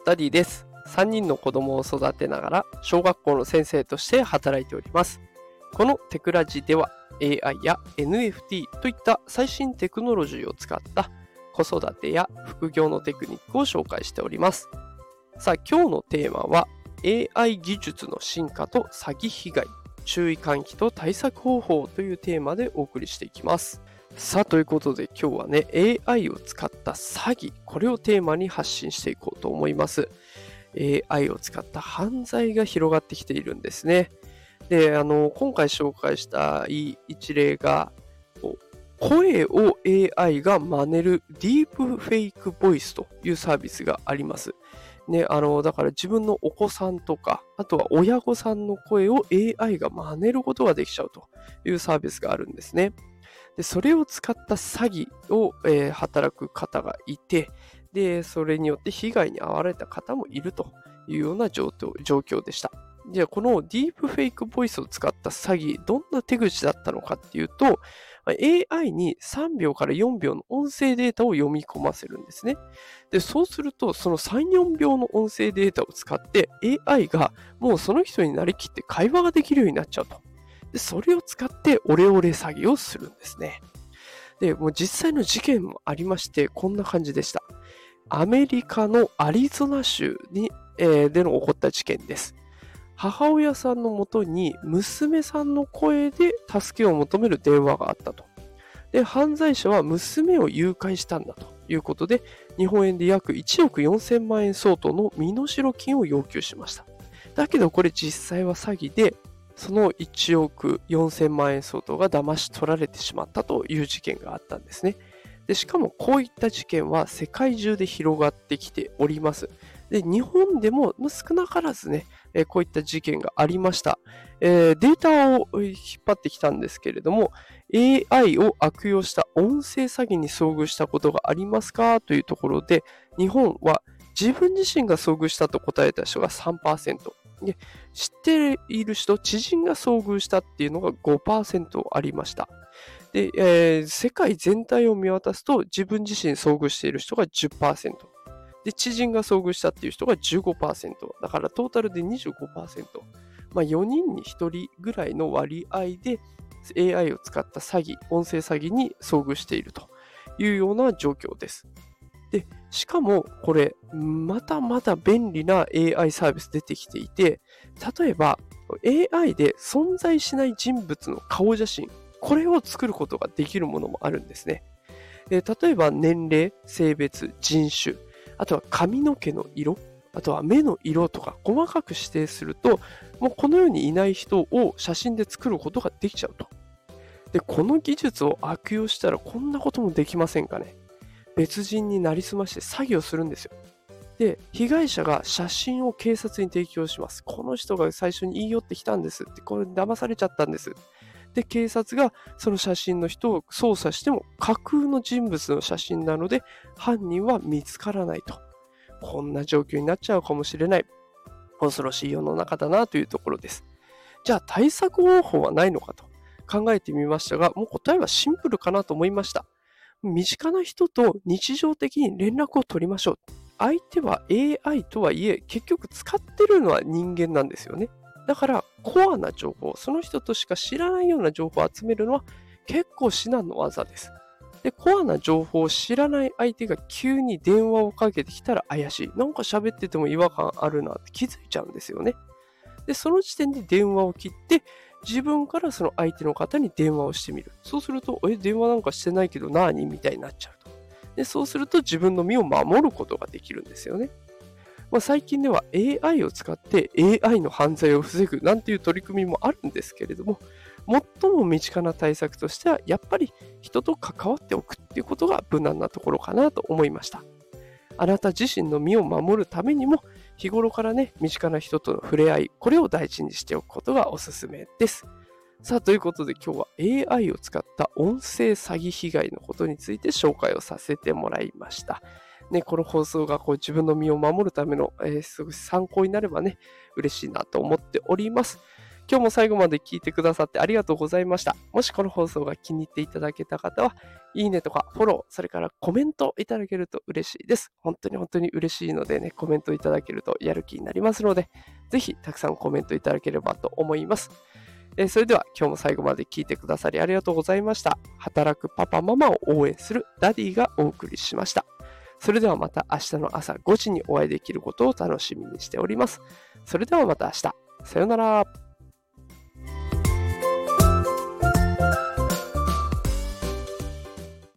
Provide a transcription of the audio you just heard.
ダディです。3人の子供を育てながら小学校の先生として働いております。このテクラジでは AI や NFT といった最新テクノロジーを使った子育てや副業のテクニックを紹介しております。さあ、今日のテーマは AI 技術の進化と詐欺被害、注意喚起と対策方法というテーマでお送りしていきます。さあ、ということで今日はね、AI を使った詐欺、これをテーマに発信していこうと思います。AI を使った犯罪が広がってきているんですね。で、今回紹介した一例が、声を AI が真似るディープフェイクボイスというサービスがあります。ね、だから自分のお子さんとか、あとは親御さんの声を AI が真似ることができちゃうというサービスがあるんですね。で、それを使った詐欺を、働く方がいて、で、それによって被害に遭われた方もいるというような状況でした。じゃあ、このディープフェイクボイスを使った詐欺、どんな手口だったのかっていうと、AI に3秒から4秒の音声データを読み込ませるんですね。で、そうすると、その3、4秒の音声データを使って AI がもうその人になりきって会話ができるようになっちゃうと。で、それを使ってオレオレ詐欺をするんですね。で、もう実際の事件もありまして、こんな感じでした。アメリカのアリゾナ州での起こった事件です。母親さんのもとに娘さんの声で助けを求める電話があったと。で、犯罪者は娘を誘拐したんだということで、日本円で約1億4000万円相当の身代金を要求しました。だけどこれ実際は詐欺で、その1億4000万円相当が騙し取られてしまったという事件があったんですね。で、しかもこういった事件は世界中で広がってきております。で、日本でも少なからずね、こういった事件がありました。データを引っ張ってきたんですけれども、AI を悪用した音声詐欺に遭遇したことがありますかというところで、日本は自分自身が遭遇したと答えた人が3%。で、知っている人、知人が遭遇したっていうのが5%ありました。で、世界全体を見渡すと、自分自身遭遇している人が10%。で、知人が遭遇したっていう人が15%。だからトータルで25%。4人に1人ぐらいの割合で AI を使った詐欺、音声詐欺に遭遇しているというような状況です。で、しかもこれ、まだまだ便利な AI サービス出てきていて、例えば AI で存在しない人物の顔写真、これを作ることができるものもあるんですね。例えば年齢、性別、人種、あとは髪の毛の色、あとは目の色とか細かく指定すると、もうこの世にいない人を写真で作ることができちゃうと。で、この技術を悪用したらこんなこともできませんかね。別人になりすまして詐欺をするんですよ。で、被害者が写真を警察に提供します。この人が最初に言い寄ってきたんですって、これ騙されちゃったんです。で、警察がその写真の人を捜査しても架空の人物の写真なので犯人は見つからないと。こんな状況になっちゃうかもしれない。恐ろしい世の中だなというところです。じゃあ対策方法はないのかと考えてみましたが、もう答えはシンプルかなと思いました。身近な人と日常的に連絡を取りましょう。相手は AI とはいえ、結局使ってるのは人間なんですよね。だからコアな情報、その人としか知らないような情報を集めるのは結構至難の技です。で、コアな情報を知らない相手が急に電話をかけてきたら怪しい。なんか喋ってても違和感あるなって気づいちゃうんですよね。で、その時点で電話を切って、自分からその相手の方に電話をしてみる。そうすると、電話なんかしてないけど何みたいになっちゃうと。で、そうすると自分の身を守ることができるんですよね。最近では AI を使って AI の犯罪を防ぐなんていう取り組みもあるんですけれども、最も身近な対策としては、やっぱり人と関わっておくっていうことが無難なところかなと思いました。あなた自身の身を守るためにも、日頃からね、身近な人との触れ合い、これを大事にしておくことがおすすめです。さあ、ということで今日は AI を使った音声詐欺被害のことについて紹介をさせてもらいました。ね、この放送が自分の身を守るための、すごく参考になればね、嬉しいなと思っております。 今日も最後まで聞いてくださってありがとうございました。もしこの放送が気に入っていただけた方は、いいねとかフォロー、それからコメントいただけると嬉しいです。本当に嬉しいのでね、コメントいただけるとやる気になりますので、ぜひたくさんコメントいただければと思います。それでは今日も最後まで聞いてくださりありがとうございました。働くパパママを応援するダディがお送りしました。それではまた明日の朝5時にお会いできることを楽しみにしております。それではまた明日。さようなら。